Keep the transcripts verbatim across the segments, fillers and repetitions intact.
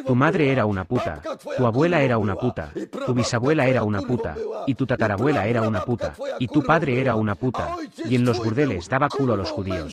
Tu madre era una puta, tu abuela era una puta, tu bisabuela era una puta, y tu tatarabuela era una puta, y tu padre era una puta, y en los burdeles daba culo a los judíos.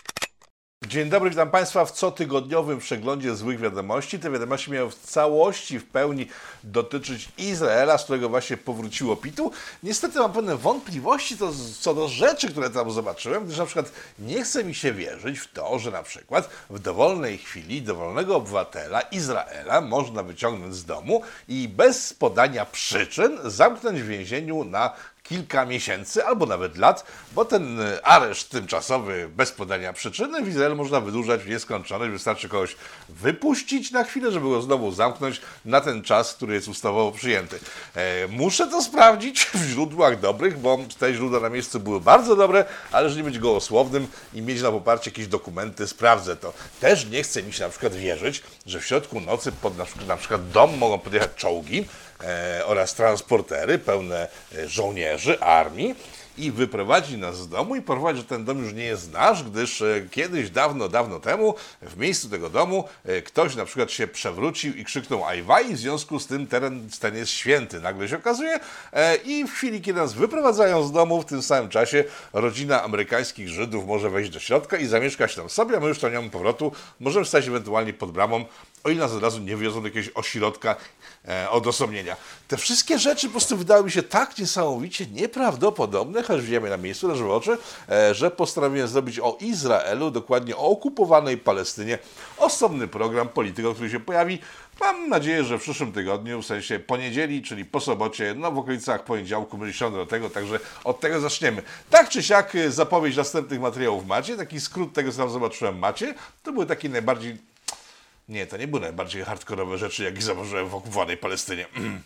Dzień dobry, witam Państwa w cotygodniowym przeglądzie złych wiadomości. Te wiadomości miały w całości, w pełni dotyczyć Izraela, z którego właśnie powróciło Pitu. Niestety mam pewne wątpliwości to, co do rzeczy, które tam zobaczyłem, gdyż na przykład nie chce mi się wierzyć w to, że na przykład w dowolnej chwili dowolnego obywatela Izraela można wyciągnąć z domu i bez podania przyczyn zamknąć w więzieniu na kilka miesięcy albo nawet lat, bo ten areszt tymczasowy bez podania przyczyny w Izraelu można wydłużać w nieskończoność. Wystarczy kogoś wypuścić na chwilę, żeby go znowu zamknąć na ten czas, który jest ustawowo przyjęty. E, muszę to sprawdzić w źródłach dobrych, bo te źródła na miejscu były bardzo dobre, ale żeby nie być gołosłownym i mieć na poparcie jakieś dokumenty, sprawdzę to. Też nie chce mi się na przykład wierzyć, że w środku nocy pod na przykład, na przykład dom mogą podjechać czołgi, E, oraz transportery pełne żołnierzy, armii i wyprowadzi nas z domu i porwać, że ten dom już nie jest nasz, gdyż e, kiedyś, dawno, dawno temu w miejscu tego domu e, ktoś na przykład się przewrócił i krzyknął ajwaj i w związku z tym teren ten jest święty. Nagle się okazuje e, i w chwili, kiedy nas wyprowadzają z domu, w tym samym czasie rodzina amerykańskich Żydów może wejść do środka i zamieszkać tam sobie, a my już tam nie mamy powrotu. Możemy stać ewentualnie pod bramą, o ile nas od razu nie wiozą do jakiegoś ośrodka e, odosobnienia. Te wszystkie rzeczy po prostu wydały mi się tak niesamowicie nieprawdopodobne, choć wiemy na miejscu, na żywe oczy, e, że postanowiłem zrobić o Izraelu, dokładnie o okupowanej Palestynie, osobny program Polityko, który się pojawi. Mam nadzieję, że w przyszłym tygodniu, w sensie poniedzieli, czyli po sobocie, no w okolicach poniedziałku, my siądę do tego, także od tego zaczniemy. Tak czy siak zapowiedź następnych materiałów macie, taki skrót tego, co tam zobaczyłem macie. To były takie najbardziej... Nie, to nie były najbardziej hardkorowe rzeczy, jakie zauważyłem w okupowanej Palestynie.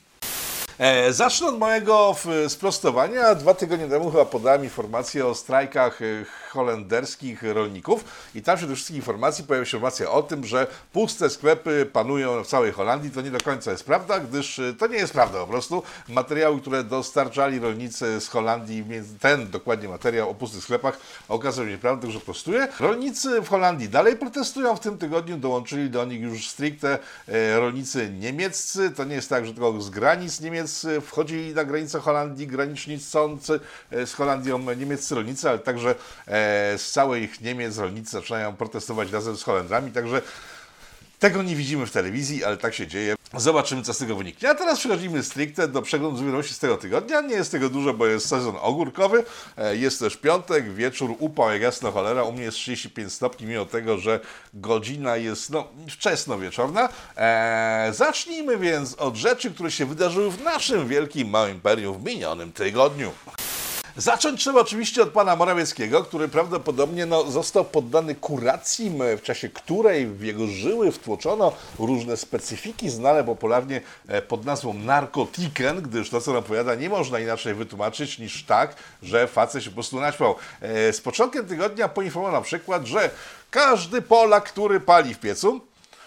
E, zacznę od mojego sprostowania. Dwa tygodnie temu chyba podałem informację o strajkach holenderskich rolników i tam wśród tych wszystkich informacji pojawiła się informacja o tym, że puste sklepy panują w całej Holandii. To nie do końca jest prawda, gdyż to nie jest prawda po prostu. Materiały, które dostarczali rolnicy z Holandii, ten dokładnie materiał o pustych sklepach, okazał się nieprawdą, że prostuje. Rolnicy w Holandii dalej protestują. W tym tygodniu dołączyli do nich już stricte rolnicy niemieccy. To nie jest tak, że tylko z granic Niemiec wchodzili na granicę Holandii graniczni chcący z Holandią niemieccy rolnicy, ale także z całych Niemiec rolnicy zaczynają protestować razem z Holendrami, także tego nie widzimy w telewizji, ale tak się dzieje. Zobaczymy, co z tego wyniknie. A teraz przechodzimy stricte do przeglądu wiadomości z tego tygodnia. Nie jest tego dużo, bo jest sezon ogórkowy. Jest też piątek, wieczór, upał jak jasno cholera. U mnie jest trzydzieści pięć stopni, mimo tego, że godzina jest no, wczesno wieczorna. Eee, zacznijmy więc od rzeczy, które się wydarzyły w naszym wielkim, małym imperium w minionym tygodniu. Zacząć trzeba oczywiście od pana Morawieckiego, który prawdopodobnie no, został poddany kuracji, w czasie której w jego żyły wtłoczono różne specyfiki znane popularnie pod nazwą narkotiken, gdyż to, co nam powiada, nie można inaczej wytłumaczyć niż tak, że facet się po prostu naćpał. Z początkiem tygodnia poinformował na przykład, że każdy Polak, który pali w piecu,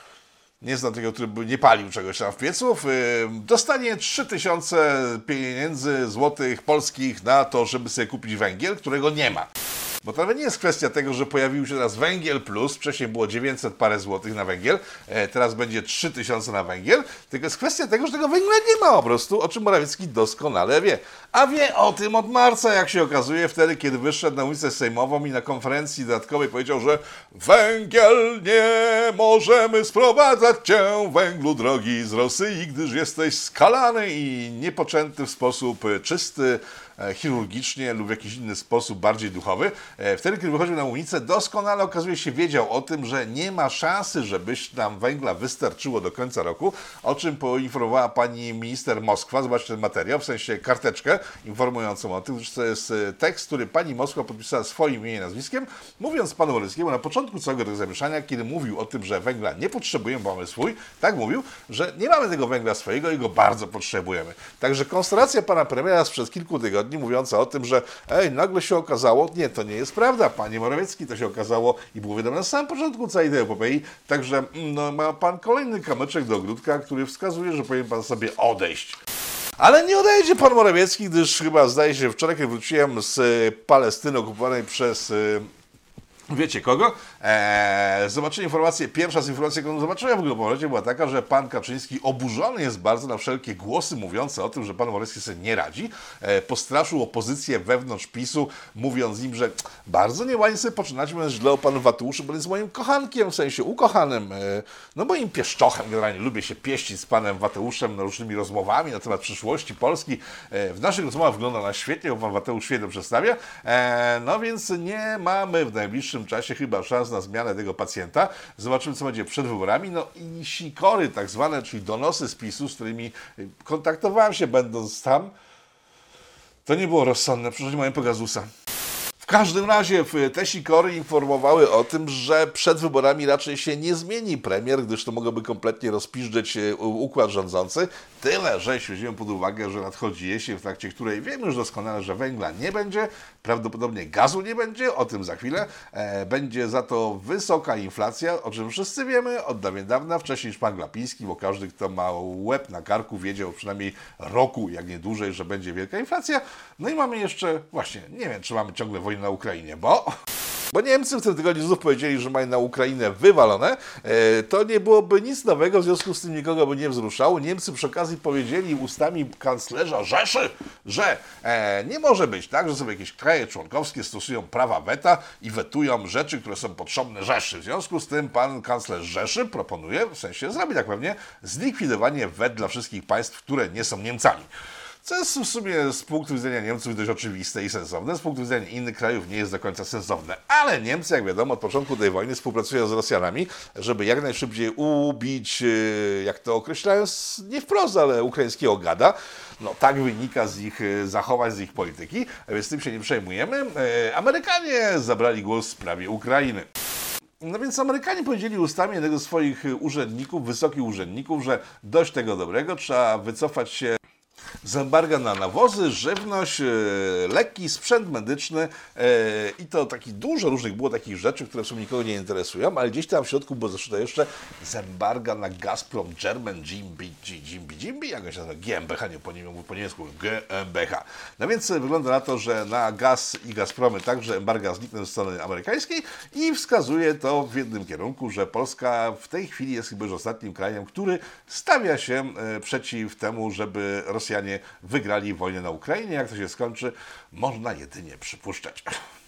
nie znam tego, który by nie palił czegoś tam w piecu, dostanie trzy tysiące pieniędzy złotych polskich na to, żeby sobie kupić węgiel, którego nie ma. Bo to nawet nie jest kwestia tego, że pojawił się teraz węgiel plus, wcześniej było dziewięćset parę złotych na węgiel, teraz będzie trzy tysiące na węgiel, tylko jest kwestia tego, że tego węgla nie ma po prostu, o czym Morawiecki doskonale wie. A wie o tym od marca, jak się okazuje, wtedy, kiedy wyszedł na ulicę Sejmową i na konferencji dodatkowej powiedział, że węgiel nie możemy sprowadzać cię, węglu drogi z Rosji, gdyż jesteś skalany i niepoczęty w sposób czysty, chirurgicznie lub w jakiś inny sposób bardziej duchowy. Wtedy, kiedy wychodził na ulicę, doskonale okazuje się wiedział o tym, że nie ma szansy, żebyś nam węgla wystarczyło do końca roku, o czym poinformowała pani minister Moskwa. Zobaczcie ten materiał, w sensie karteczkę informującą o tym, że to jest tekst, który pani Moskwa podpisała swoim imieniem i nazwiskiem, mówiąc panu Morawieckiemu na początku całego tego zamieszania, kiedy mówił o tym, że węgla nie potrzebujemy, bo mamy swój, tak mówił, że nie mamy tego węgla swojego i go bardzo potrzebujemy. Także konstelacja pana premiera sprzed kilku tygodni mówiąca o tym, że ej, nagle się okazało, nie, to nie jest prawda, panie Morawiecki, to się okazało i było wiadomo na samym początku całej tej epopei, także no, ma pan kolejny kamyczek do ogródka, który wskazuje, że powinien pan sobie odejść. Ale nie odejdzie pan Morawiecki, gdyż chyba zdaje się wczoraj, kiedy wróciłem z Palestyny okupowanej przez Wiecie kogo? Eee, zobaczyłem informację, pierwsza z informacji, jaką zobaczyłem w ogóle po powrocie, była taka, że pan Kaczyński oburzony jest bardzo na wszelkie głosy mówiące o tym, że pan Morawiecki sobie nie radzi. Eee, postraszył opozycję wewnątrz PiSu, mówiąc im, że bardzo nieładnie sobie poczynacie, mówiąc źle o panu Wateuszu, bo on jest moim kochankiem, w sensie ukochanym, eee, no moim pieszczochem. Generalnie lubię się pieścić z panem Wateuszem no, różnymi rozmowami na temat przyszłości Polski. Eee, w naszych rozmowach wygląda na świetnie, bo pan Wateusz świetnie przedstawia. Eee, no więc nie mamy w najbliższym czasie chyba szans na zmianę tego pacjenta. Zobaczymy, co będzie przed wyborami. No i sikory tak zwane, czyli donosy z PiSu, z którymi kontaktowałem się będąc tam, to nie było rozsądne. Przecież nie mają Pegasusa. W każdym razie te sikory informowały o tym, że przed wyborami raczej się nie zmieni premier, gdyż to mogłoby kompletnie rozpiżdżeć układ rządzący. Tyle, że jeśli weźmiemy pod uwagę, że nadchodzi jesień, w trakcie której wiemy już doskonale, że węgla nie będzie, prawdopodobnie gazu nie będzie, o tym za chwilę. E, będzie za to wysoka inflacja, o czym wszyscy wiemy od dawien dawna, wcześniej niż pan Glapiński, bo każdy, kto ma łeb na karku, wiedział przynajmniej roku, jak nie dłużej, że będzie wielka inflacja. No i mamy jeszcze, właśnie, nie wiem, czy mamy ciągle wojnę na Ukrainie, bo... Bo Niemcy w tym tygodniu znów powiedzieli, że mają na Ukrainę wywalone. E, to nie byłoby nic nowego, w związku z tym nikogo by nie wzruszało. Niemcy przy okazji powiedzieli ustami kanclerza Rzeszy, że e, nie może być tak, że sobie jakieś kraje członkowskie stosują prawa weta i wetują rzeczy, które są potrzebne Rzeszy. W związku z tym pan kanclerz Rzeszy proponuje, w sensie zrobi tak pewnie, zlikwidowanie wet dla wszystkich państw, które nie są Niemcami. Co jest w sumie z punktu widzenia Niemców dość oczywiste i sensowne, z punktu widzenia innych krajów nie jest do końca sensowne. Ale Niemcy, jak wiadomo, od początku tej wojny współpracują z Rosjanami, żeby jak najszybciej ubić, jak to określają, nie wprost, ale ukraińskiego gada. No tak wynika z ich zachowań, z ich polityki, więc tym się nie przejmujemy. Amerykanie zabrali głos w sprawie Ukrainy. No więc Amerykanie powiedzieli ustami jednego z swoich urzędników, wysokich urzędników, że dość tego dobrego, trzeba wycofać się z embarga na nawozy, żywność, leki, sprzęt medyczny i to taki dużo różnych było takich rzeczy, które w sumie nikogo nie interesują, ale gdzieś tam w środku było zresztą jeszcze z embarga na Gazprom German Jimby, Jimby, Jimby, jak on się nazywa, G M B H, nie po, nie, po niemiecku, G M B H. No więc wygląda na to, że na gaz i Gazpromy także embarga zniknął ze strony amerykańskiej i wskazuje to w jednym kierunku, że Polska w tej chwili jest chyba już ostatnim krajem, który stawia się przeciw temu, żeby Rosjanie wygrali wojnę na Ukrainie. Jak to się skończy, można jedynie przypuszczać.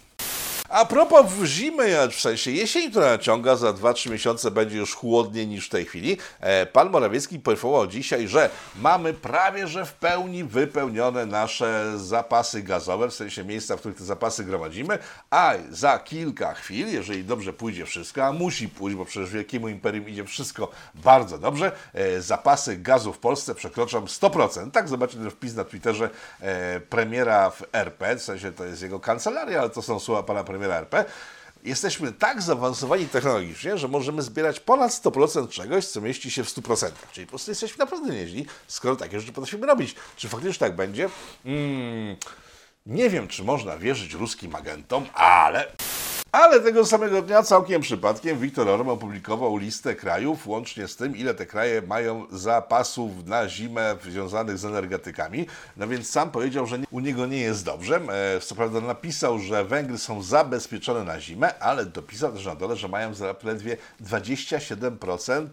A propos zimy, w sensie jesień, która naciąga, za dwa trzy miesiące będzie już chłodniej niż w tej chwili. Pan Morawiecki poinformował dzisiaj, że mamy prawie że w pełni wypełnione nasze zapasy gazowe, w sensie miejsca, w których te zapasy gromadzimy, a za kilka chwil, jeżeli dobrze pójdzie wszystko, a musi pójść, bo przecież wielkiemu imperium idzie wszystko bardzo dobrze, zapasy gazu w Polsce przekroczą sto procent. Tak, zobaczcie ten wpis na Twitterze premiera w R P, w sensie to jest jego kancelaria, ale to są słowa pana premiera R P. Jesteśmy tak zaawansowani technologicznie, że możemy zbierać ponad sto procent czegoś, co mieści się w stu procentach. Czyli po prostu jesteśmy naprawdę nieźli, skoro takie rzeczy potrafimy robić. Czy faktycznie tak będzie? Hmm, nie wiem, czy można wierzyć ruskim agentom, ale... Ale tego samego dnia całkiem przypadkiem Viktor Orban opublikował listę krajów, łącznie z tym, ile te kraje mają zapasów na zimę związanych z energetykami. No więc sam powiedział, że u niego nie jest dobrze. Co prawda napisał, że Węgry są zabezpieczone na zimę, ale dopisał też na dole, że mają zaledwie dwadzieścia siedem procent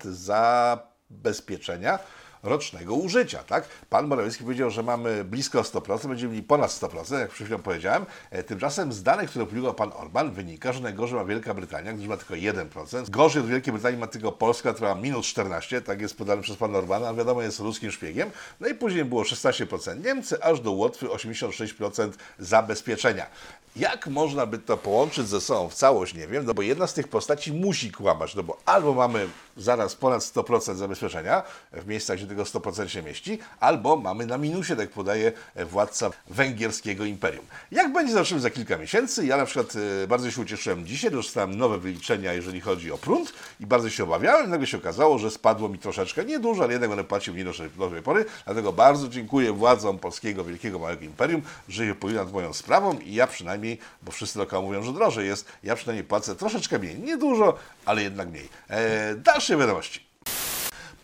zabezpieczenia rocznego użycia, tak? Pan Morawiecki powiedział, że mamy blisko sto procent, będziemy mieli ponad sto procent, jak przed chwilą powiedziałem. Tymczasem z danych, które opublikował pan Orban, wynika, że najgorzej ma Wielka Brytania, gdyż ma tylko jeden procent. Gorzej od Wielkiej Brytanii ma tylko Polska, która ma minus czternaście, tak jest podane przez pana Orbana, ale wiadomo, jest ruskim szpiegiem. No i później było szesnaście procent Niemcy, aż do Łotwy osiemdziesiąt sześć procent zabezpieczenia. Jak można by to połączyć ze sobą w całość, nie wiem, no bo jedna z tych postaci musi kłamać, no bo albo mamy zaraz ponad sto procent zabezpieczenia w miejscach, gdzie tego sto procent się mieści, albo mamy na minusie, tak podaje władca węgierskiego imperium. Jak będzie, zobaczymy za kilka miesięcy. Ja na przykład bardzo się ucieszyłem dzisiaj, dostałem nowe wyliczenia, jeżeli chodzi o prąd i bardzo się obawiałem. Nagle się okazało, że spadło mi troszeczkę, niedużo, ale jednak będę płacił mniej do tej pory. Dlatego bardzo dziękuję władzom polskiego wielkiego, małego imperium, że się pojęli nad moją sprawą i ja przynajmniej, bo wszyscy dookoła mówią, że drożej jest, ja przynajmniej płacę troszeczkę mniej. Niedużo, ale jednak mniej. Eee, dalsze wiadomości.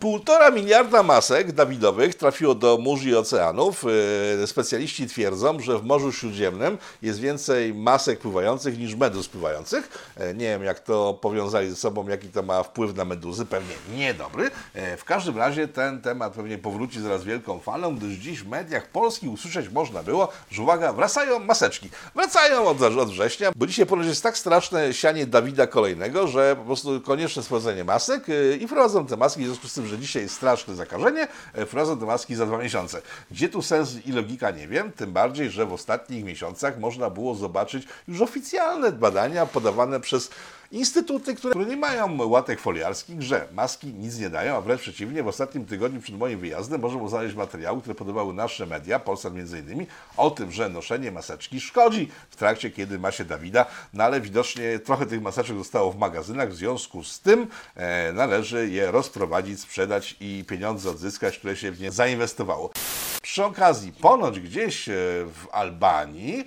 Półtora miliarda masek dawidowych trafiło do mórz i oceanów. Specjaliści twierdzą, że w Morzu Śródziemnym jest więcej masek pływających niż meduz pływających. Nie wiem, jak to powiązali ze sobą, jaki to ma wpływ na meduzy. Pewnie niedobry. W każdym razie ten temat pewnie powróci zaraz wielką falą, gdyż dziś w mediach polskich usłyszeć można było, że uwaga, wracają maseczki. Wracają od, od września, bo dzisiaj ponoć jest tak straszne sianie Dawida kolejnego, że po prostu konieczne sprawdzenie masek i wprowadzą te maski w związku z tym, że dzisiaj jest straszne zakażenie, wprowadzą te maski za dwa miesiące. Gdzie tu sens i logika, nie wiem, tym bardziej, że w ostatnich miesiącach można było zobaczyć już oficjalne badania podawane przez instytuty, które nie mają łatek foliarskich, że maski nic nie dają, a wręcz przeciwnie, w ostatnim tygodniu przed moim wyjazdem możemy znaleźć materiały, które podawały nasze media, Polsat między innymi, o tym, że noszenie maseczki szkodzi w trakcie, kiedy ma się Dawida, no ale widocznie trochę tych maseczek zostało w magazynach, w związku z tym e, należy je rozprowadzić, sprzedać i pieniądze odzyskać, które się w nie zainwestowało. Przy okazji, ponoć gdzieś w Albanii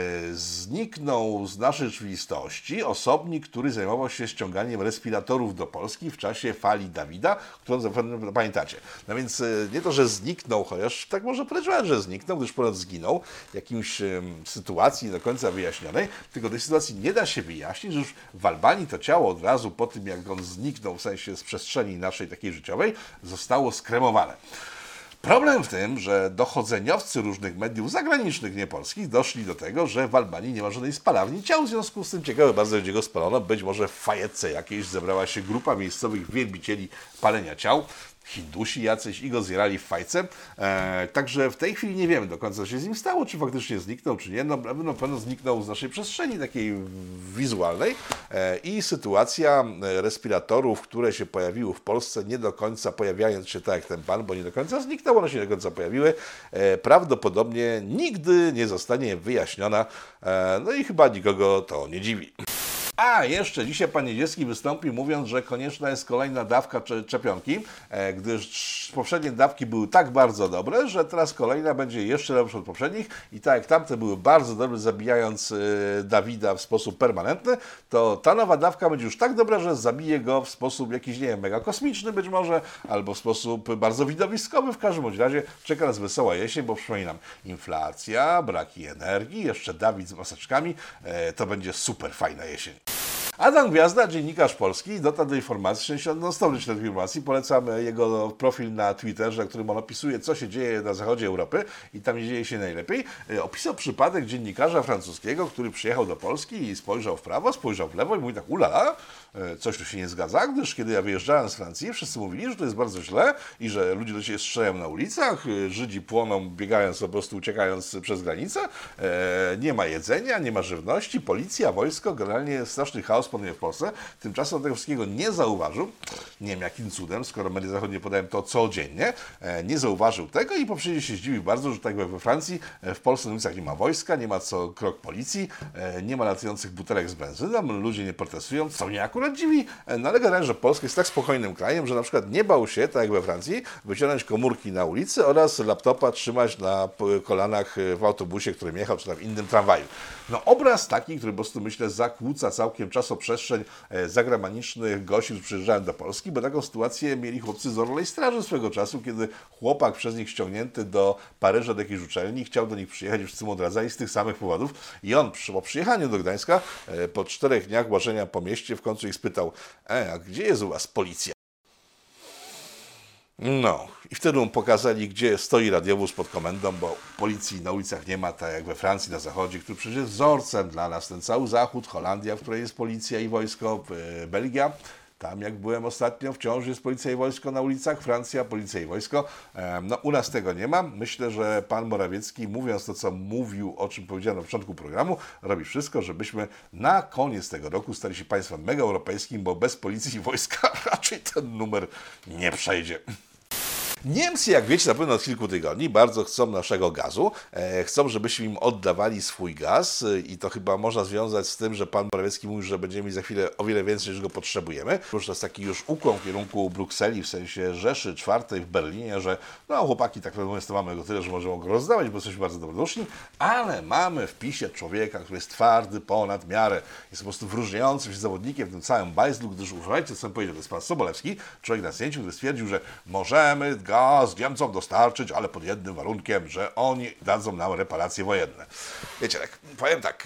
zniknął z naszej rzeczywistości osobnik, który zajmował się ściąganiem respiratorów do Polski w czasie fali Dawida, którą zapewne pamiętacie. No więc nie to, że zniknął, chociaż tak może powiedzieć, że zniknął, gdyż ponad zginął w jakimś sytuacji nie do końca wyjaśnionej, tylko tej sytuacji nie da się wyjaśnić, że już w Albanii to ciało od razu po tym, jak on zniknął, w sensie z przestrzeni naszej takiej życiowej, zostało skremowane. Problem w tym, że dochodzeniowcy różnych mediów zagranicznych, nie polskich, doszli do tego, że w Albanii nie ma żadnej spalarni ciał, w związku z tym ciekawe bardzo, gdzie go spalono. Być może w Fajetce jakiejś zebrała się grupa miejscowych wielbicieli palenia ciał, Hindusi jacyś i go zjarali w fajce. E, także w tej chwili nie wiemy do końca, co się z nim stało, czy faktycznie zniknął, czy nie. No, no pewno zniknął z naszej przestrzeni takiej wizualnej e, i sytuacja respiratorów, które się pojawiły w Polsce, nie do końca pojawiając się tak jak ten pan, bo nie do końca zniknął, one się nie do końca pojawiły, e, prawdopodobnie nigdy nie zostanie wyjaśniona. E, no i chyba nikogo to nie dziwi. A jeszcze dzisiaj pan Niedzielski wystąpił, mówiąc, że konieczna jest kolejna dawka szczepionki, gdyż poprzednie dawki były tak bardzo dobre, że teraz kolejna będzie jeszcze lepsza od poprzednich i tak jak tamte były bardzo dobre, zabijając Dawida w sposób permanentny, to ta nowa dawka będzie już tak dobra, że zabije go w sposób jakiś, nie wiem, mega kosmiczny być może, albo w sposób bardzo widowiskowy. W każdym bądź razie czeka nas wesoła jesień, bo przypominam, inflacja, braki energii, jeszcze Dawid z maseczkami, to będzie super fajna jesień. Adam Gwiazda, dziennikarz polski, dotarł do informacji, w sensie no, stał do informacji, polecam jego profil na Twitterze, w którym on opisuje, co się dzieje na zachodzie Europy i tam dzieje się najlepiej. Opisał przypadek dziennikarza francuskiego, który przyjechał do Polski i spojrzał w prawo, spojrzał w lewo i mówi tak, ulala, coś tu się nie zgadza, gdyż kiedy ja wyjeżdżałem z Francji, wszyscy mówili, że to jest bardzo źle i że ludzie do siebie strzelają na ulicach, Żydzi płoną, biegając, po prostu uciekając przez granicę, nie ma jedzenia, nie ma żywności, policja, wojsko, generalnie straszny chaos panuje w Polsce. Tymczasem tego wszystkiego nie zauważył, nie wiem jakim cudem, skoro media zachodnie podają to codziennie, nie zauważył tego i po przyjeździe się zdziwił bardzo, że tak jak we Francji, w Polsce na ulicach nie ma wojska, nie ma co krok policji, nie ma latających butelek z benzyną, ludzie nie protestują, co mnie akurat dziwi, no ale generalnie, że Polska jest tak spokojnym krajem, że na przykład nie bał się, tak jak we Francji, wyciągnąć komórki na ulicy oraz laptopa trzymać na kolanach w autobusie, którym jechał, czy tam w innym tramwaju. No obraz taki, który po prostu myślę zakłóca całkiem czasoprzestrzeń zagranicznych gości, którzy przyjeżdżają do Polski, bo taką sytuację mieli chłopcy z Orlej Straży swego czasu, kiedy chłopak przez nich ściągnięty do Paryża, do jakiejś uczelni, chciał do nich przyjechać, wszyscy mu odradzali z tych samych powodów i on po przyjechaniu do Gdańska, po czterech dniach łażenia po mieście, w końcu ich spytał, e, a gdzie jest u was policja? No, i wtedy mu pokazali, gdzie stoi radiowóz pod komendą, bo policji na ulicach nie ma, tak jak we Francji, na zachodzie, który przecież jest wzorcem dla nas. Ten cały zachód, Holandia, w której jest policja i wojsko, Belgia, tam jak byłem ostatnio, wciąż jest policja i wojsko na ulicach, Francja, policja i wojsko. No u nas tego nie ma. Myślę, że pan Morawiecki, mówiąc to, co mówił, o czym powiedziałem na początku programu, robi wszystko, żebyśmy na koniec tego roku stali się państwem mega europejskim, bo bez policji i wojska raczej ten numer nie przejdzie. Niemcy, jak wiecie, na pewno od kilku tygodni bardzo chcą naszego gazu. E, chcą, żebyśmy im oddawali swój gaz e, i to chyba można związać z tym, że pan Morawiecki mówi, że będziemy mieć za chwilę o wiele więcej, niż go potrzebujemy. To jest taki już ukłon w kierunku Brukseli, w sensie Rzeszy Czwartej w Berlinie, że no chłopaki, tak powiem, to mamy go tyle, że możemy go rozdawać, bo jesteśmy bardzo dobroduszni, ale mamy w PiSie człowieka, który jest twardy ponad miarę. Jest po prostu wyróżniającym się zawodnikiem w tym całym bajzlu, gdyż uważajcie, co powiedział, to jest pan Sobolewski, człowiek na zdjęciu, który stwierdził, że możemy gaz Niemcom dostarczyć, ale pod jednym warunkiem, że oni dadzą nam reparacje wojenne. Wiecie, tak, powiem tak,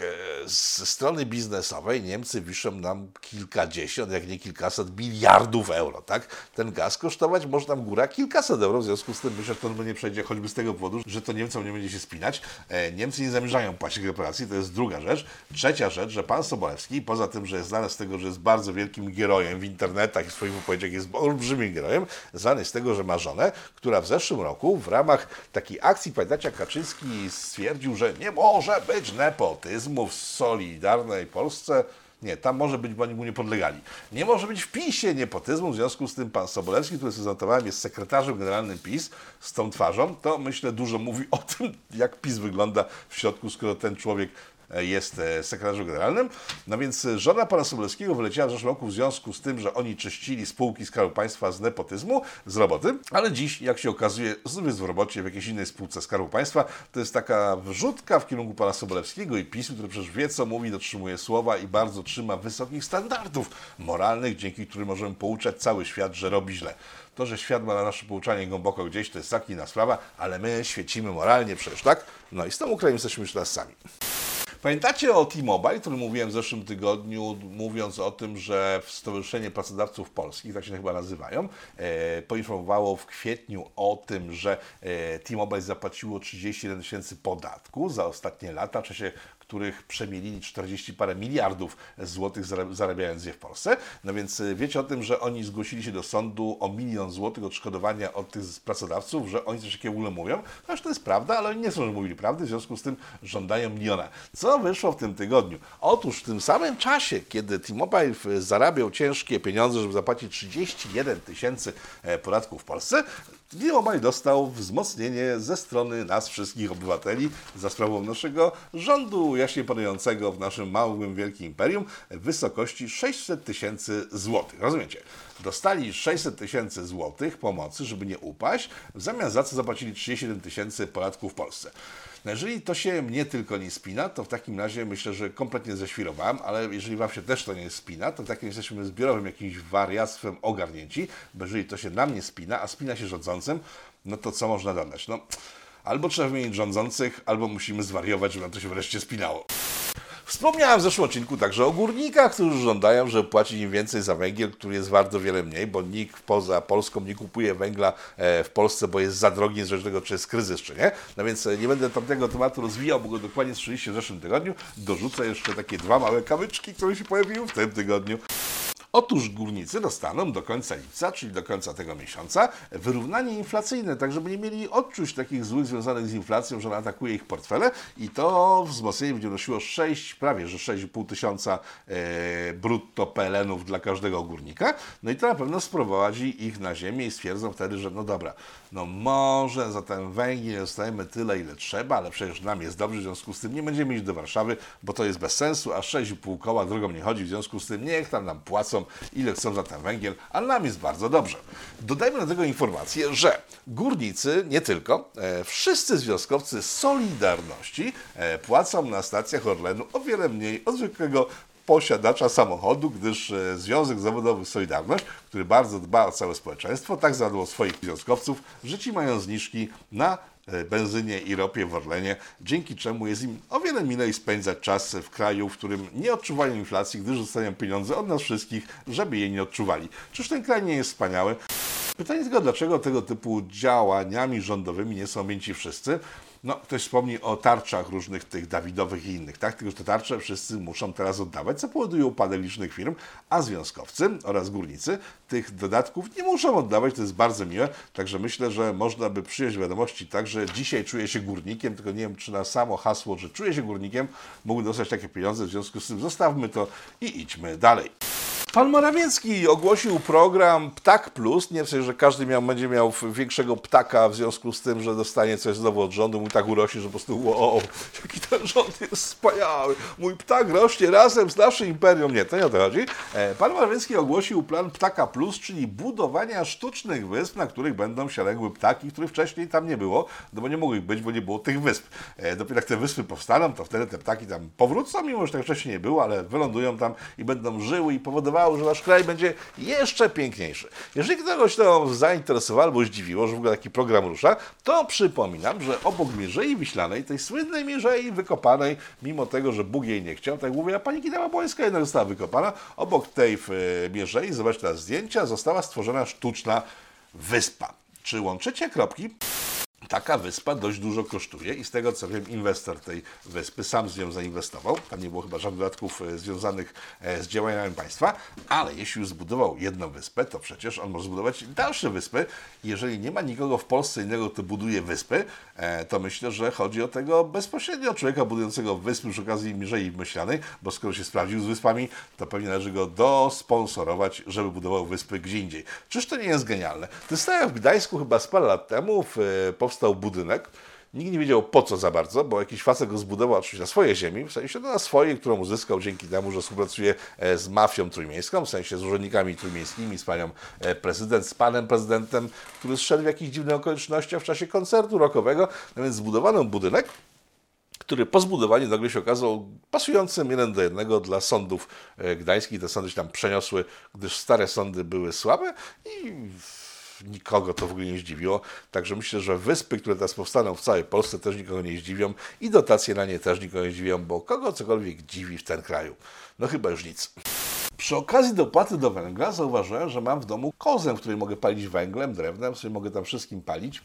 z strony biznesowej Niemcy wiszą nam kilkadziesiąt, jak nie kilkaset miliardów euro, tak? Ten gaz kosztować może nam góra kilkaset euro, w związku z tym myślę, że to nie przejdzie choćby z tego powodu, że to Niemcom nie będzie się spinać. Niemcy nie zamierzają płacić reparacji, to jest druga rzecz. Trzecia rzecz, że pan Sobolewski, poza tym, że jest znany z tego, że jest bardzo wielkim gerojem w internetach i w swoich wypowiedziach jest olbrzymim gerojem, znany jest z tego, że ma żonę, która w zeszłym roku w ramach takiej akcji, pamiętacie, jak Kaczyński stwierdził, że nie może być nepotyzmu w Solidarnej Polsce. Nie, tam może być, bo oni mu nie podlegali. Nie może być w PiSie nepotyzmu, w związku z tym pan Sobolewski, który sobie zanotowałem, jest sekretarzem generalnym PiS z tą twarzą, to myślę dużo mówi o tym, jak PiS wygląda w środku, skoro ten człowiek jest sekretarzem generalnym. No więc żona pana Sobolewskiego wyleciała w zeszłym roku w związku z tym, że oni czyścili spółki Skarbu Państwa z nepotyzmu, z roboty, ale dziś, jak się okazuje, znów jest w robocie w jakiejś innej spółce Skarbu Państwa. To jest taka wrzutka w kierunku pana Sobolewskiego i PiSu, który przecież wie, co mówi, dotrzymuje słowa i bardzo trzyma wysokich standardów moralnych, dzięki którym możemy pouczać cały świat, że robi źle. To, że świat ma na nasze pouczanie głęboko gdzieś, to jest taka inna sprawa, ale my świecimy moralnie przecież, tak? No i z tą Ukrainą jesteśmy już teraz sami. Pamiętacie o T-Mobile, o którym mówiłem w zeszłym tygodniu, mówiąc o tym, że Stowarzyszenie Pracodawców Polskich, tak się chyba nazywają, e, poinformowało w kwietniu o tym, że e, T-Mobile zapłaciło trzydzieści jeden tysięcy podatku za ostatnie lata, w czasie których przemielili czterdzieści parę miliardów złotych, zarabiając je w Polsce. No więc wiecie o tym, że oni zgłosili się do sądu o milion złotych odszkodowania od tych pracodawców, że oni coś takiego w ogóle mówią. No, to jest prawda, ale oni nie są, że mówili prawdy, w związku z tym żądają miliona. Co wyszło w tym tygodniu? Otóż w tym samym czasie, kiedy T-Mobile zarabiał ciężkie pieniądze, żeby zapłacić trzydzieści jeden tysięcy podatków w Polsce, T-Mobile dostał wzmocnienie ze strony nas wszystkich obywateli za sprawą naszego rządu jaśnie panującego w naszym małym, wielkim imperium w wysokości sześćset tysięcy złotych. Rozumiecie? Dostali sześćset tysięcy złotych pomocy, żeby nie upaść, w zamian za co zapłacili trzydzieści jeden tysięcy podatków w Polsce. No jeżeli to się mnie tylko nie spina, to w takim razie myślę, że kompletnie ześwirowałem, ale jeżeli wam się też to nie spina, to takim jesteśmy zbiorowym jakimś wariactwem ogarnięci, bo jeżeli to się nam nie spina, a spina się rządzącym, no to co można dodać? No, albo trzeba wymienić rządzących, albo musimy zwariować, żeby nam to się wreszcie spinało. Wspomniałem w zeszłym odcinku także o górnikach, którzy żądają, żeby płacić im więcej za węgiel, który jest wart o wiele mniej, bo nikt poza Polską nie kupuje węgla w Polsce, bo jest za drogi, niezależnie od tego, czy jest kryzys, czy nie. No więc nie będę tamtego tematu rozwijał, bo go dokładnie słyszeliście w zeszłym tygodniu. Dorzucę jeszcze takie dwa małe kamyczki, które się pojawiły w tym tygodniu. Otóż górnicy dostaną do końca lipca, czyli do końca tego miesiąca, wyrównanie inflacyjne, tak żeby nie mieli odczuć takich złych związanych z inflacją, że ona atakuje ich portfele i to wzmocnienie będzie nosiło sześć, prawie że sześć i pół tysiąca e, brutto P L N-ów dla każdego górnika, no i to na pewno sprowadzi ich na ziemię i stwierdzą wtedy, że no dobra, no może za ten węgiel dostajemy tyle, ile trzeba, ale przecież nam jest dobrze, w związku z tym nie będziemy iść do Warszawy, bo to jest bez sensu, a sześć i pół koła drogą nie chodzi, w związku z tym niech tam nam płacą, ile chcą za ten węgiel, a nam jest bardzo dobrze. Dodajmy do tego informację, że górnicy, nie tylko, e, wszyscy związkowcy Solidarności e, płacą na stacjach Orlenu o wiele mniej od zwykłego posiadacza samochodu, gdyż e, Związek Zawodowy Solidarność, który bardzo dba o całe społeczeństwo, tak zadbał o swoich związkowców, że ci mają zniżki na benzynie i ropie w Orlenie, dzięki czemu jest im o wiele milej spędzać czas w kraju, w którym nie odczuwają inflacji, gdyż dostają pieniądze od nas wszystkich, żeby jej nie odczuwali. Czyż ten kraj nie jest wspaniały? Pytanie tylko, dlaczego tego typu działaniami rządowymi nie są objęci wszyscy? No, ktoś wspomni o tarczach różnych tych Dawidowych i innych, tak? Tylko że te tarcze wszyscy muszą teraz oddawać, co powoduje upadek licznych firm, a związkowcy oraz górnicy tych dodatków nie muszą oddawać, to jest bardzo miłe, także myślę, że można by przyjąć wiadomości tak, że dzisiaj czuję się górnikiem, tylko nie wiem, czy na samo hasło, że czuję się górnikiem, mógł dostać takie pieniądze, w związku z tym zostawmy to i idźmy dalej. Pan Morawiecki ogłosił program Ptak Plus, nie w sensie, że każdy miał, będzie miał większego ptaka w związku z tym, że dostanie coś znowu od rządu, mój tak urośnie, że po prostu wow, jaki ten rząd jest wspaniały, mój ptak rośnie razem z naszym imperium. Nie, to nie o to chodzi. Pan Morawiecki ogłosił plan Ptaka Plus, czyli budowania sztucznych wysp, na których będą się legły ptaki, których wcześniej tam nie było, no bo nie mogły ich być, bo nie było tych wysp. Dopiero jak te wyspy powstaną, to wtedy te ptaki tam powrócą, mimo że tak wcześniej nie było, ale wylądują tam i będą żyły i powodowały, że nasz kraj będzie jeszcze piękniejszy. Jeżeli kogoś to zainteresowało albo zdziwiło, że w ogóle taki program rusza, to przypominam, że obok Mierzei Wiślanej, tej słynnej Mierzei wykopanej, mimo tego, że Bóg jej nie chciał, tak jak mówiła pani Kidawa-Błońska, jednak została wykopana, obok tej Mierzei, zobaczcie teraz zdjęcia, została stworzona sztuczna wyspa. Czy łączycie kropki? Taka wyspa dość dużo kosztuje i z tego co wiem, inwestor tej wyspy sam z nią zainwestował. Tam nie było chyba żadnych dodatków e, związanych e, z działaniami państwa, ale jeśli już zbudował jedną wyspę, to przecież on może zbudować dalsze wyspy. Jeżeli nie ma nikogo w Polsce innego, kto buduje wyspy, e, to myślę, że chodzi o tego bezpośrednio człowieka budującego wyspy przy okazji Mierzei Myślanej, bo skoro się sprawdził z wyspami, to pewnie należy go dosponsorować, żeby budował wyspy gdzie indziej. Czyż to nie jest genialne? To jest tak jak w Gdańsku chyba z parę lat temu w, e, powstał budynek. Nikt nie wiedział po co za bardzo, bo jakiś facet go zbudował oczywiście na swojej ziemi, w sensie no, na swojej, którą uzyskał dzięki temu, że współpracuje z mafią trójmiejską, w sensie z urzędnikami trójmiejskimi, z panią prezydent, z panem prezydentem, który zszedł w jakichś dziwnych okolicznościach w czasie koncertu rockowego. No więc zbudowano budynek, który po zbudowaniu nagle się okazał pasującym jeden do jednego dla sądów gdańskich. Te sądy się tam przeniosły, gdyż stare sądy były słabe i nikogo to w ogóle nie zdziwiło. Także myślę, że wyspy, które teraz powstaną w całej Polsce, też nikogo nie zdziwią i dotacje na nie też nikogo nie zdziwią, bo kogo cokolwiek dziwi w tym kraju? No chyba już nic. Przy okazji dopłaty do węgla zauważyłem, że mam w domu kozę, w której mogę palić węglem, drewnem, sobie mogę tam wszystkim palić.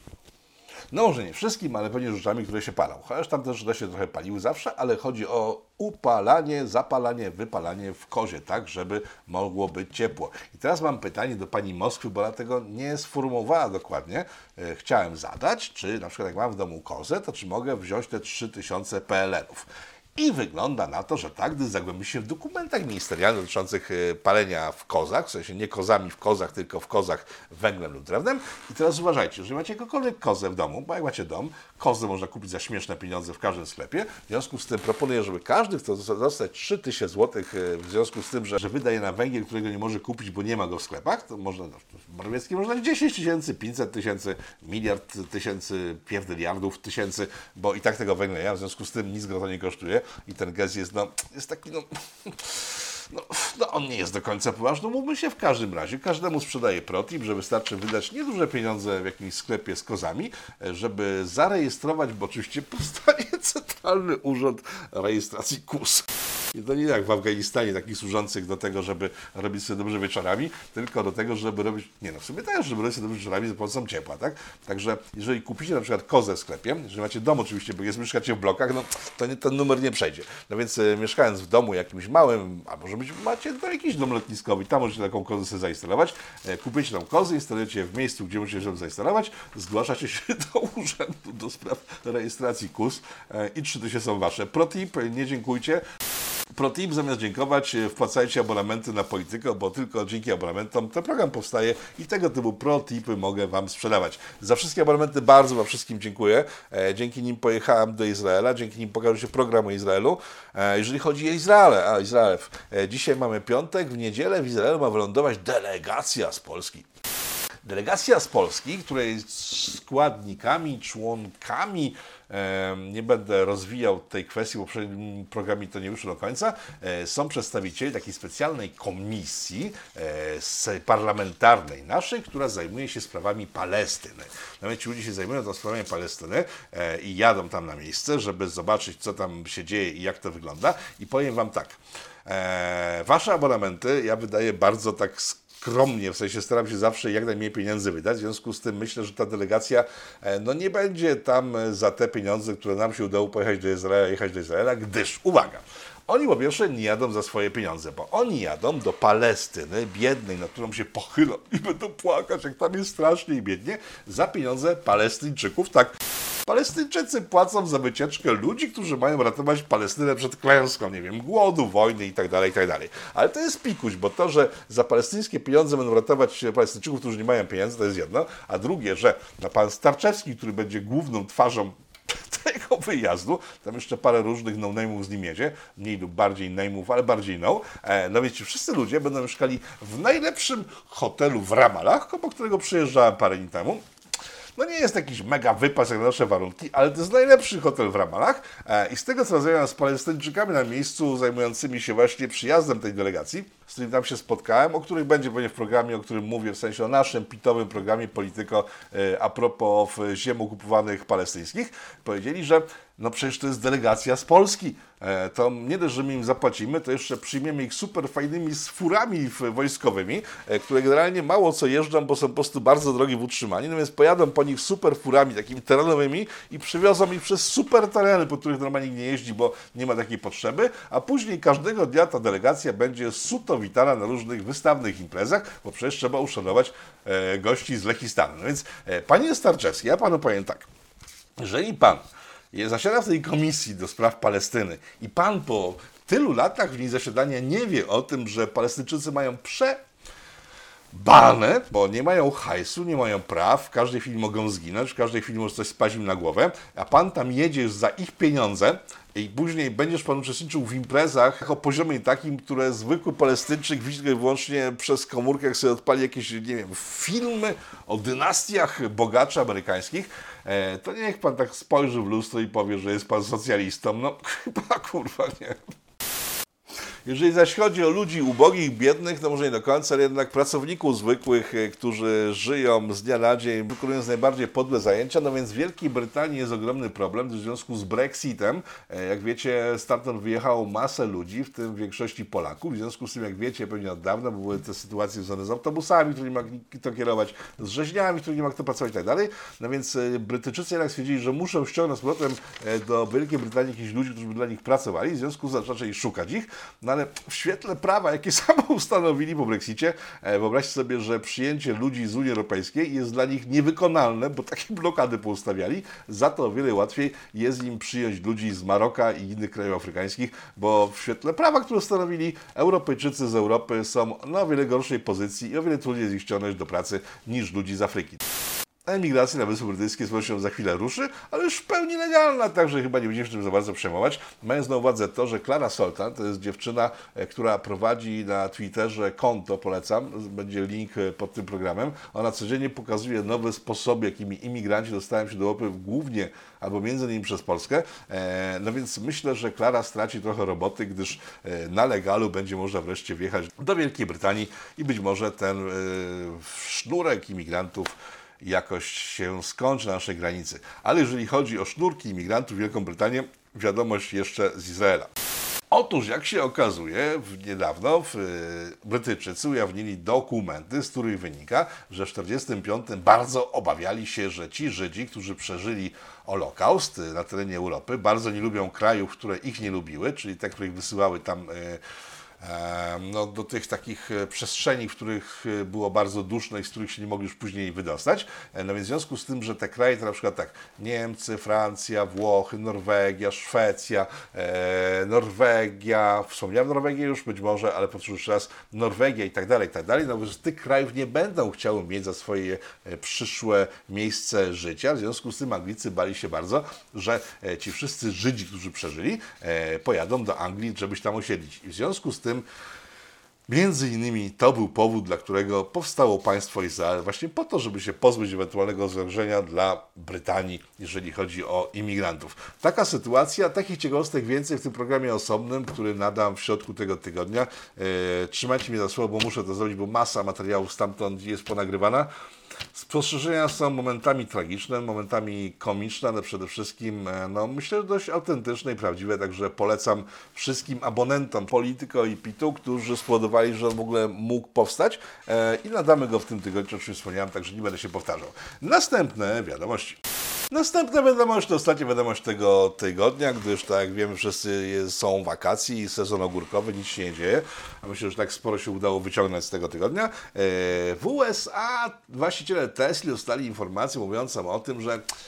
No może nie wszystkim, ale pewnie rzeczami, które się palą. Chociaż tam też rzeczy się trochę paliły zawsze, ale chodzi o upalanie, zapalanie, wypalanie w kozie, tak, żeby mogło być ciepło. I teraz mam pytanie do pani Moskwy, bo ona tego nie sformułowała dokładnie. Chciałem zadać, czy na przykład jak mam w domu kozę, to czy mogę wziąć te trzy tysiące P L N-ów. I wygląda na to, że tak, gdy zagłębi się w dokumentach ministerialnych dotyczących palenia w kozach, w sensie nie kozami w kozach, tylko w kozach węglem lub drewnem. I teraz uważajcie, jeżeli macie jakąkolwiek kozę w domu, bo jak macie dom, kozę można kupić za śmieszne pieniądze w każdym sklepie. W związku z tym proponuję, żeby każdy chce dostać trzy tysiące złotych w związku z tym, że, że wydaje na węgiel, którego nie może kupić, bo nie ma go w sklepach, to można, Morawiecki można dać dziesięć tysięcy, pięćset tysięcy, miliard tysięcy, pięćdziesiąt tysięcy, bo i tak tego węgla nie ma, w związku z tym nic go to nie kosztuje. I ten gaz jest, no, jest taki, no, no, no, on nie jest do końca poważny. Mówmy się w każdym razie. Każdemu sprzedaje protip, że wystarczy wydać nieduże pieniądze w jakimś sklepie z kozami, żeby zarejestrować, bo oczywiście powstanie Centralny Urząd Rejestracji Kóz. I to nie jak w Afganistanie, takich służących do tego, żeby robić sobie dobrze wieczorami, tylko do tego, żeby robić, nie no w sumie też, żeby robić sobie dobrze wieczorami za pomocą ciepła, tak? Także jeżeli kupicie na przykład kozę w sklepie, jeżeli macie dom oczywiście, bo jest mieszkacie w blokach, no to nie, ten numer nie przejdzie. No więc e, mieszkając w domu jakimś małym, a może być macie no, jakiś dom letniskowy, tam możecie taką kozę sobie zainstalować, e, kupicie tam kozę, instalujecie w miejscu, gdzie musicie ją zainstalować, zgłaszacie się do urzędu do spraw rejestracji kóz e, i trzy tysiące są wasze. Protip, nie dziękujcie. ProTip, zamiast dziękować, wpłacajcie abonamenty na Polityko, bo tylko dzięki abonamentom ten program powstaje i tego typu protipy mogę Wam sprzedawać. Za wszystkie abonamenty bardzo Wam wszystkim dziękuję. E, dzięki nim pojechałem do Izraela, dzięki nim pokaże się program o Izraelu. E, jeżeli chodzi o Izrael, a Izrael, e, dzisiaj mamy piątek, w niedzielę w Izraelu ma wylądować delegacja z Polski. Delegacja z Polski, której składnikami, członkami, e, nie będę rozwijał tej kwestii, bo w poprzednim programie to nie wyszło do końca, e, są przedstawiciele takiej specjalnej komisji e, parlamentarnej naszej, która zajmuje się sprawami Palestyny. Nawet ci ludzie się zajmują tą sprawami Palestyny e, i jadą tam na miejsce, żeby zobaczyć, co tam się dzieje i jak to wygląda. I powiem Wam tak, e, wasze abonamenty ja wydaję bardzo tak skromnie, w sensie staram się zawsze jak najmniej pieniędzy wydać, w związku z tym myślę, że ta delegacja no nie będzie tam za te pieniądze, które nam się udało pojechać do Izraela, jechać do Izraela, gdyż, uwaga, oni po pierwsze nie jadą za swoje pieniądze, bo oni jadą do Palestyny, biednej, na którą się pochylą i będą płakać, jak tam jest strasznie i biednie, za pieniądze Palestyńczyków, tak. Palestyńczycy płacą za wycieczkę ludzi, którzy mają ratować Palestynę przed klęską, nie wiem, głodu, wojny i tak dalej, i tak dalej. Ale to jest pikuś, bo to, że za palestyńskie pieniądze będą ratować Palestyńczyków, którzy nie mają pieniędzy, to jest jedno, a drugie, że na pan Starczewski, który będzie główną twarzą tego wyjazdu, tam jeszcze parę różnych no-name'ów z nim jedzie, mniej lub bardziej name'ów, ale bardziej no. E, no wiecie, wszyscy ludzie będą mieszkali w najlepszym hotelu w Ramallah, po którego przyjeżdżałem parę dni temu. No nie jest jakiś mega wypas jak na nasze warunki, ale to jest najlepszy hotel w Ramallah e, i z tego co rozmawiałem z Palestyńczykami na miejscu zajmującymi się właśnie przyjazdem tej delegacji, z którymi tam się spotkałem, o których będzie pewnie w programie, o którym mówię, w sensie o naszym pitowym programie Polityko e, a propos ziem okupowanych palestyńskich, powiedzieli, że no przecież to jest delegacja z Polski. E, to nie dość, że my im zapłacimy, to jeszcze przyjmiemy ich super fajnymi furami wojskowymi, e, które generalnie mało co jeżdżą, bo są po prostu bardzo drogie w utrzymaniu, no więc pojadą po nich super furami takimi terenowymi i przywiozą ich przez super tereny, po których normalnie nikt nie jeździ, bo nie ma takiej potrzeby, a później każdego dnia ta delegacja będzie suto witana na różnych wystawnych imprezach, bo przecież trzeba uszanować e, gości z Lechistanu. No więc, e, panie Starczewski, ja panu powiem tak, jeżeli pan zasiada w tej komisji do spraw Palestyny i pan po tylu latach w niej zasiadania nie wie o tym, że Palestyńczycy mają przebane, bo nie mają hajsu, nie mają praw, w każdej chwili mogą zginąć, w każdej chwili może coś spaść im na głowę, a pan tam jedziesz za ich pieniądze i później będziesz pan uczestniczył w imprezach o poziomie takim, które zwykły Palestyńczyk widzi wyłącznie przez komórkę, jak sobie odpali jakieś, nie wiem, filmy o dynastiach bogaczy amerykańskich, e, to niech pan tak spojrzy w lustro i powie, że jest pan socjalistą. No chyba kurwa nie. Jeżeli zaś chodzi o ludzi ubogich, biednych, to może nie do końca, ale jednak pracowników zwykłych, którzy żyją z dnia na dzień, wykonując najbardziej podłe zajęcia, no więc w Wielkiej Brytanii jest ogromny problem w związku z Brexitem. Jak wiecie, stamtąd wyjechało masę ludzi, w tym w większości Polaków. W związku z tym, jak wiecie, pewnie od dawna, bo były te sytuacje związane z autobusami, które nie ma kto kierować, z rzeźniami, które nie ma kto pracować i tak dalej. No więc Brytyjczycy jednak stwierdzili, że muszą ściągnąć z powrotem do Wielkiej Brytanii jakichś ludzi, którzy by dla nich pracowali, w związku z tym zaczęli szukać ich. No ale w świetle prawa, jakie samo ustanowili po Brexicie, wyobraźcie sobie, że przyjęcie ludzi z Unii Europejskiej jest dla nich niewykonalne, bo takie blokady poustawiali. Za to o wiele łatwiej jest im przyjąć ludzi z Maroka i innych krajów afrykańskich, bo w świetle prawa, które ustanowili, Europejczycy z Europy są na o wiele gorszej pozycji i o wiele trudniej jest ich ściągnąć do pracy niż ludzi z Afryki. Emigracja na Wyspy Brytyjskie z pewnością za chwilę ruszy, ale już w pełni legalna, także chyba nie będziemy się tym za bardzo przejmować. Mając na uwadze to, że Clara Soltan to jest dziewczyna, która prowadzi na Twitterze konto, polecam, będzie link pod tym programem. Ona codziennie pokazuje nowe sposoby, jakimi imigranci dostają się do Europy, głównie albo między innymi przez Polskę. No więc myślę, że Clara straci trochę roboty, gdyż na legalu będzie można wreszcie wjechać do Wielkiej Brytanii i być może ten sznurek imigrantów jakoś się skończy na naszej granicy. Ale jeżeli chodzi o sznurki imigrantów w Wielką Brytanię, wiadomość jeszcze z Izraela. Otóż, jak się okazuje, niedawno w, Brytyjczycy ujawnili dokumenty, z których wynika, że w tysiąc dziewięćset czterdziestym piątym bardzo obawiali się, że ci Żydzi, którzy przeżyli Holokaust na terenie Europy, bardzo nie lubią krajów, które ich nie lubiły, czyli te, które ich wysyłały tam no, do tych takich przestrzeni, w których było bardzo duszno i z których się nie mogli już później wydostać. No więc w związku z tym, że te kraje to na przykład tak Niemcy, Francja, Włochy, Norwegia, Szwecja, e, Norwegia, wspomniałem Norwegię już być może, ale powtórzę jeszcze raz, Norwegia i tak dalej, i tak dalej, no bo z tych krajów nie będą chciały mieć za swoje przyszłe miejsce życia. W związku z tym Anglicy bali się bardzo, że ci wszyscy Żydzi, którzy przeżyli, e, pojadą do Anglii, żeby się tam osiedlić. I w związku z tym między innymi to był powód, dla którego powstało państwo Izrael, właśnie po to, żeby się pozbyć ewentualnego zagrożenia dla Brytanii, jeżeli chodzi o imigrantów. Taka sytuacja, takich ciekawostek więcej w tym programie osobnym, który nadam w środku tego tygodnia. E, trzymajcie mnie za słowo, bo muszę to zrobić, bo masa materiałów stamtąd jest ponagrywana. Spostrzeżenia są momentami tragiczne, momentami komiczne, ale przede wszystkim, no myślę, dość autentyczne i prawdziwe, także polecam wszystkim abonentom Polityko i Pitu, którzy spowodowali, że on w ogóle mógł powstać e, i nadamy go w tym tygodniu, o czym wspomniałem, także nie będę się powtarzał. Następne wiadomości. Następna wiadomość to ostatnia wiadomość tego tygodnia, gdyż tak jak wiemy, wszyscy są wakacje i sezon ogórkowy, nic się nie dzieje. A myślę, że tak sporo się udało wyciągnąć z tego tygodnia. W U S A właściciele Tesli dostali informację mówiącą o tym, że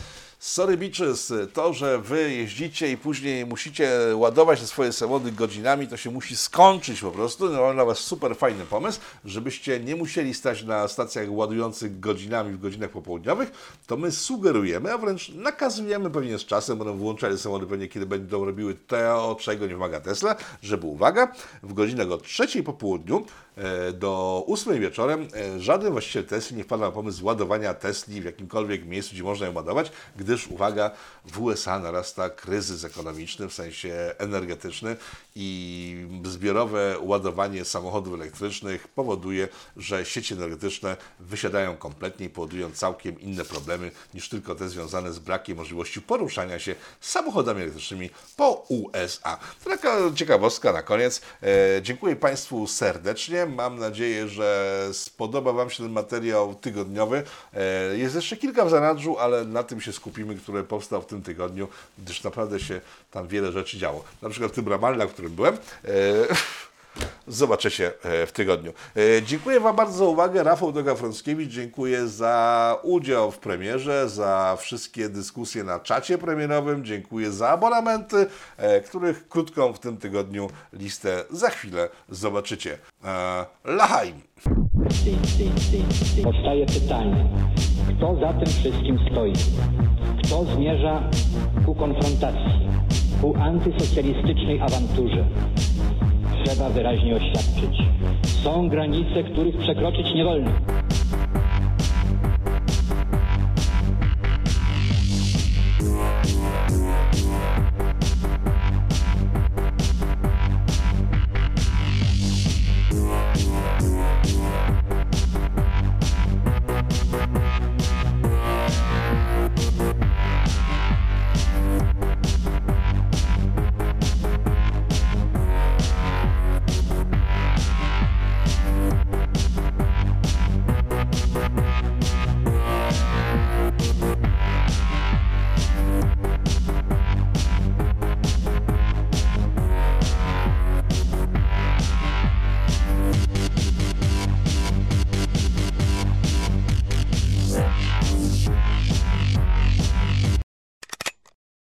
Sorry bitches, to, że wy jeździcie i później musicie ładować te swoje samochody godzinami, to się musi skończyć po prostu. No, mam dla was super fajny pomysł, żebyście nie musieli stać na stacjach ładujących godzinami w godzinach popołudniowych, to my sugerujemy, a wręcz nakazujemy pewnie z czasem, będą włączali samochody pewnie, kiedy będą robiły to, czego nie wymaga Tesla, żeby uwaga, w godzinach od trzeciej po południu do ósmej wieczorem żaden właściciel Tesli nie wpada na pomysł ładowania Tesli w jakimkolwiek miejscu, gdzie można ją ładować, gdyż, uwaga, w U S A narasta kryzys ekonomiczny, w sensie energetyczny i zbiorowe ładowanie samochodów elektrycznych powoduje, że sieci energetyczne wysiadają kompletnie i powodują całkiem inne problemy niż tylko te związane z brakiem możliwości poruszania się samochodami elektrycznymi po U S A. To taka ciekawostka na koniec. E, dziękuję Państwu serdecznie. Mam nadzieję, że spodoba Wam się ten materiał tygodniowy. E, jest jeszcze kilka w zanadrzu, ale na tym się skupimy, które powstał w tym tygodniu, gdyż naprawdę się tam wiele rzeczy działo. Na przykład w tym Ramallah, w którym byłem. E, Zobaczycie w tygodniu. Dziękuję Wam bardzo za uwagę. Rafał Doga-Frąckiewicz. Dziękuję za udział w premierze, za wszystkie dyskusje na czacie premierowym. Dziękuję za abonamenty, których krótką w tym tygodniu listę za chwilę zobaczycie. Lahaim! Powstaje pytanie, kto za tym wszystkim stoi? Kto zmierza ku konfrontacji, ku antysocjalistycznej awanturze? Trzeba wyraźnie oświadczyć. Są granice, których przekroczyć nie wolno.